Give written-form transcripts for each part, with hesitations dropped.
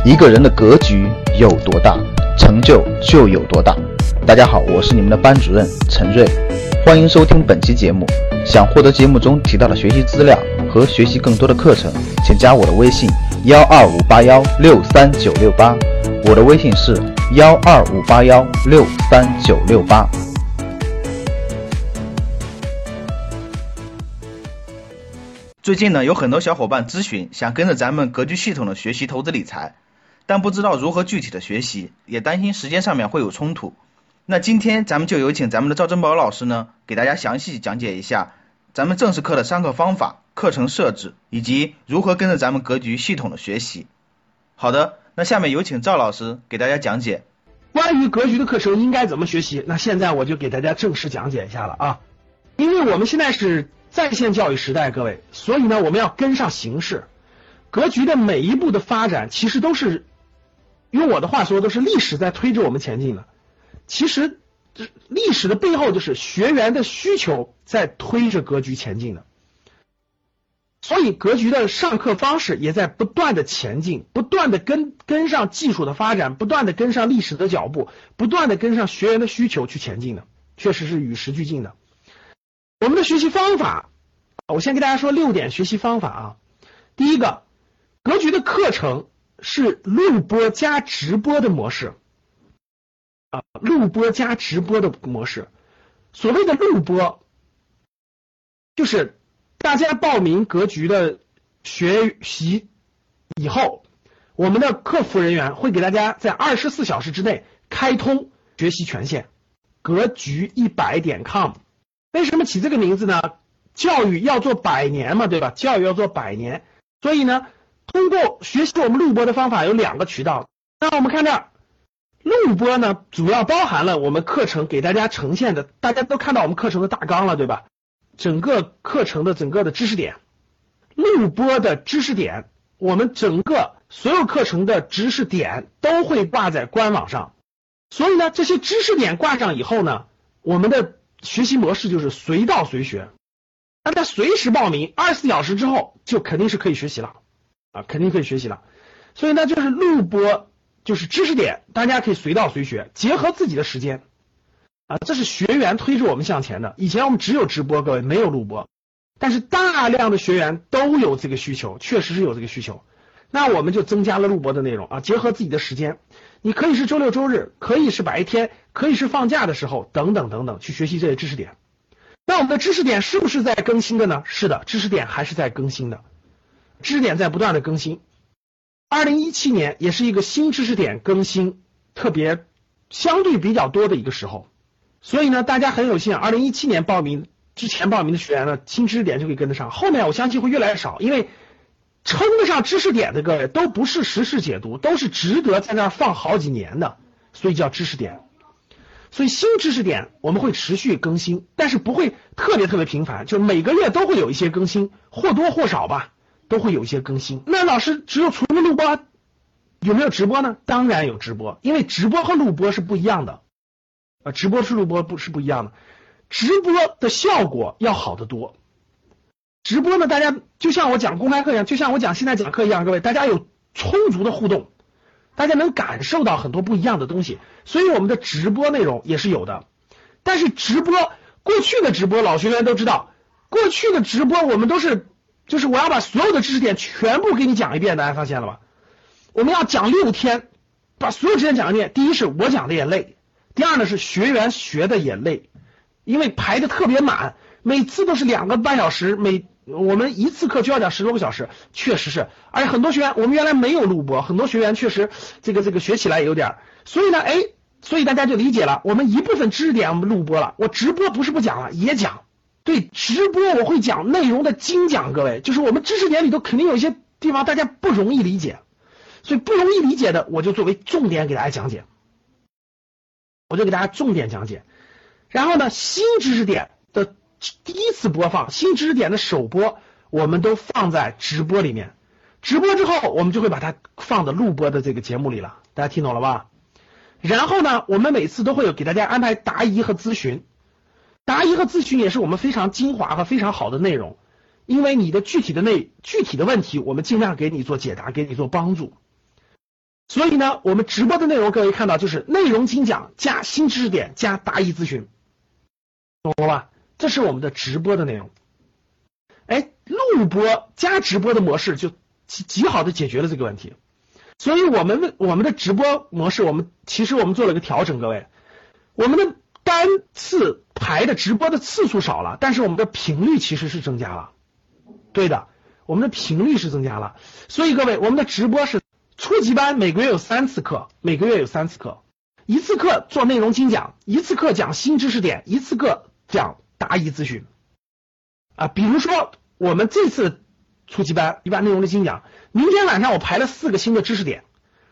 一个人的格局有多大，成就有多大。大家好，我是你们的班主任陈瑞，欢迎收听本期节目。想获得节目中提到的学习资料和学习更多的课程，请加我的微信12581639668，我的微信是12581639668。最近呢，有很多小伙伴咨询，想跟着咱们格局系统的学习投资理财，但不知道如何具体的学习，也担心时间上面会有冲突。那今天咱们就有请咱们的赵振宝老师呢，给大家详细讲解一下咱们正式课的上课方法、课程设置，以及如何跟着咱们格局系统的学习。好的，那下面有请赵老师给大家讲解关于格局的课程应该怎么学习。那现在我就给大家正式讲解一下了啊，因为我们现在是在线教育时代，各位，所以呢我们要跟上形势。格局的每一步的发展其实都是用我的话说都是历史在推着我们前进的。其实历史的背后就是学员的需求在推着格局前进的，所以格局的上课方式也在不断的前进，不断的跟上技术的发展，不断的跟上历史的脚步，不断的跟上学员的需求去前进的，确实是与时俱进的。我们的学习方法，我先给大家说6点学习方法啊。第一个，格局的课程是录播加直播的模式录播加直播的模式。所谓的录播，就是大家报名格局的学习以后，我们的客服人员会给大家在24小时之内开通学习权限，格局100.com。为什么起这个名字呢？教育要做100年嘛，对吧？教育要做100年，所以呢，通过学习我们录播的方法有2个渠道。那我们看这儿，录播呢，主要包含了我们课程给大家呈现的，大家都看到我们课程的大纲了，对吧？整个课程的整个的知识点，录播的知识点，我们整个所有课程的知识点都会挂在官网上。所以呢，这些知识点挂上以后呢，我们的学习模式就是随到随学，大家随时报名，24小时之后就肯定是可以学习了肯定可以学习了。所以呢，就是录播就是知识点，大家可以随到随学，结合自己的时间这是学员推着我们向前的。以前我们只有直播，各位，没有录播，但是大量的学员都有这个需求，确实是有这个需求，那我们就增加了录播的内容结合自己的时间，你可以是周六周日，可以是白天，可以是放假的时候，等等等等，去学习这些知识点。那我们的知识点是不是在更新的呢？是的，知识点还是在更新的，知识点在不断的更新。2017年也是一个新知识点更新特别相对比较多的一个时候，所以呢，大家很有幸2017年之前报名的学员呢，新知识点就可以跟得上，后面我相信会越来越少，因为称得上知识点的各位都不是时事解读，都是值得在那儿放好几年的，所以叫知识点。所以新知识点我们会持续更新，但是不会特别频繁，就每个月都会有一些更新，或多或少吧，都会有一些更新。那老师除了录播有没有直播呢？当然有直播，因为直播和录播是不一样的直播是录播是不一样的，直播的效果要好得多。直播呢，大家就像我讲公开课一样，就像我现在讲课一样，各位大家有充足的互动，大家能感受到很多不一样的东西，所以我们的直播内容也是有的。但是直播，过去的直播老学员都知道，过去的直播我们都是就是我要把所有的知识点全部给你讲一遍，大家发现了吧？我们要讲6天，把所有知识点讲一遍。第一是我讲的也累，第二呢是学员学的也累，因为排的特别满，每次都是2个半小时，我们一次课就要讲10多个小时，确实是。而且很多学员我们原来没有录播，很多学员确实这个学起来也有点，所以呢所以大家就理解了，我们一部分知识点我们录播了，我直播不是不讲了，也讲。对，直播我会讲内容的精讲，各位，就是我们知识点里头肯定有一些地方大家不容易理解，所以不容易理解的我就作为重点给大家讲解，然后呢，新知识点的第一次播放，新知识点的首播我们都放在直播里面，直播之后我们就会把它放到录播的这个节目里了，大家听懂了吧？然后呢，我们每次都会有给大家安排答疑和咨询，答疑和咨询也是我们非常精华和非常好的内容，因为你的具体的问题我们尽量给你做解答，给你做帮助。 所以呢，我们直播的内容各位看到就是内容精讲加新知识点加答疑咨询，懂了吧？这是我们的直播的内容。哎，录播加直播的模式就极好的解决了这个问题。所以我们的直播模式，其实我们做了个调整，各位，我们的单次排的直播的次数少了，但是我们的频率其实是增加了。对的，我们的频率是增加了。所以各位，我们的直播是初级班每个月有3次课，一次课做内容精讲，一次课讲新知识点，一次课讲答疑咨询。比如说我们这次初级班一般内容的精讲，明天晚上我排了4个新的知识点，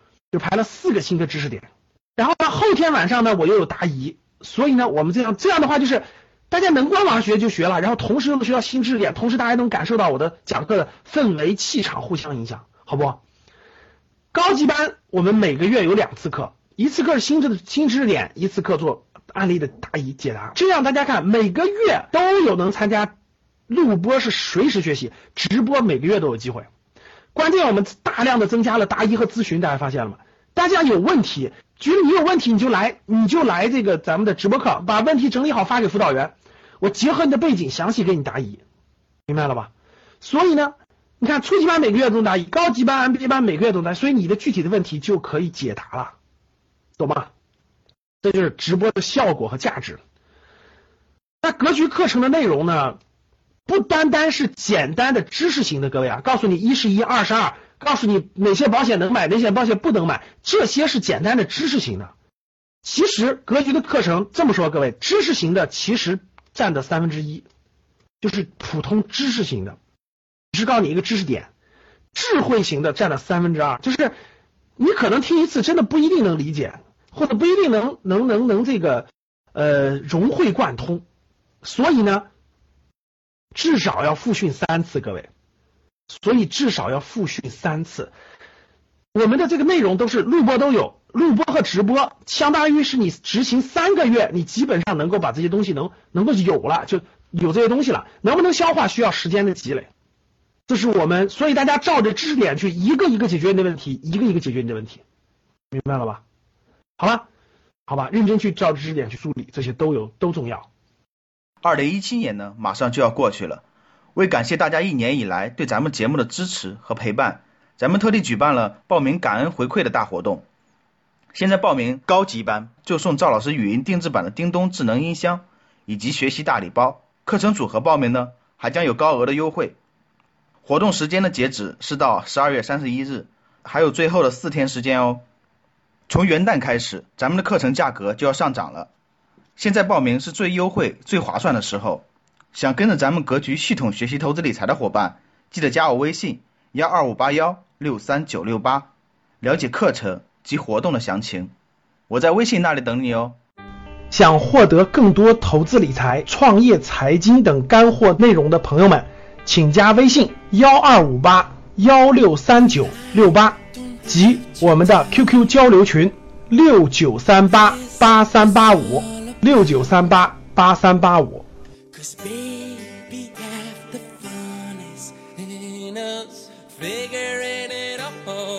然后呢后天晚上呢我又有答疑，所以呢我们这样的话就是大家能光网上学就学了，然后同时又能学到新知识点，同时大家能感受到我的讲课的氛围气场互相影响，好不？高级班我们每个月有2次课，一次课是新知识点，一次课做案例的答疑解答，这样大家看每个月都有能参加。录播是随时学习，直播每个月都有机会。关键我们大量的增加了答疑和咨询，大家发现了吗？大家有问题，觉得你有问题你就来这个咱们的直播课，把问题整理好发给辅导员，我结合你的背景详细给你答疑，明白了吧？所以呢，你看初级班每个月都能答疑，高级班 MBA 班每个月都能答疑，所以你的具体的问题就可以解答了，懂吗？这就是直播的效果和价值。那格局课程的内容呢，不单单是简单的知识型的，各位告诉你1是1， 2是2，告诉你哪些保险能买，哪些保险不能买，这些是简单的知识型的。其实格局的课程这么说，各位，知识型的其实占的1/3，就是普通知识型的，只是告诉你一个知识点。智慧型的占了2/3，就是你可能听一次真的不一定能理解，或者不一定能这个融会贯通，所以呢至少要复训3次，各位，所以至少要复训3次。我们的这个内容都是录播都有，录播和直播相当于是你执行3个月，你基本上能够把这些东西能够有了，就有这些东西了。能不能消化需要时间的积累，这是我们，所以大家照着知识点去一个一个解决你的问题，一个一个解决你的问题，明白了吧？好吧，认真去照着知识点去梳理，这些都重要。 2017年呢马上就要过去了，为感谢大家1年以来对咱们节目的支持和陪伴，咱们特地举办了报名感恩回馈的大活动。现在报名高级班就送赵老师语音定制版的叮咚智能音箱以及学习大礼包，课程组合报名呢还将有高额的优惠。活动时间的截止是到12月31日，还有最后的4天时间哦。从元旦开始咱们的课程价格就要上涨了，现在报名是最优惠最划算的时候。想跟着咱们格局系统学习投资理财的伙伴，记得加我微信12581-63968，了解课程及活动的详情，我在微信那里等你哦。 想获得更多投资理财、创业、财经等干货内容的朋友们，请加微信12581639668及我们的 QQ 交流群6938838569388385。'Cause baby, half the fun is in us figuring it out.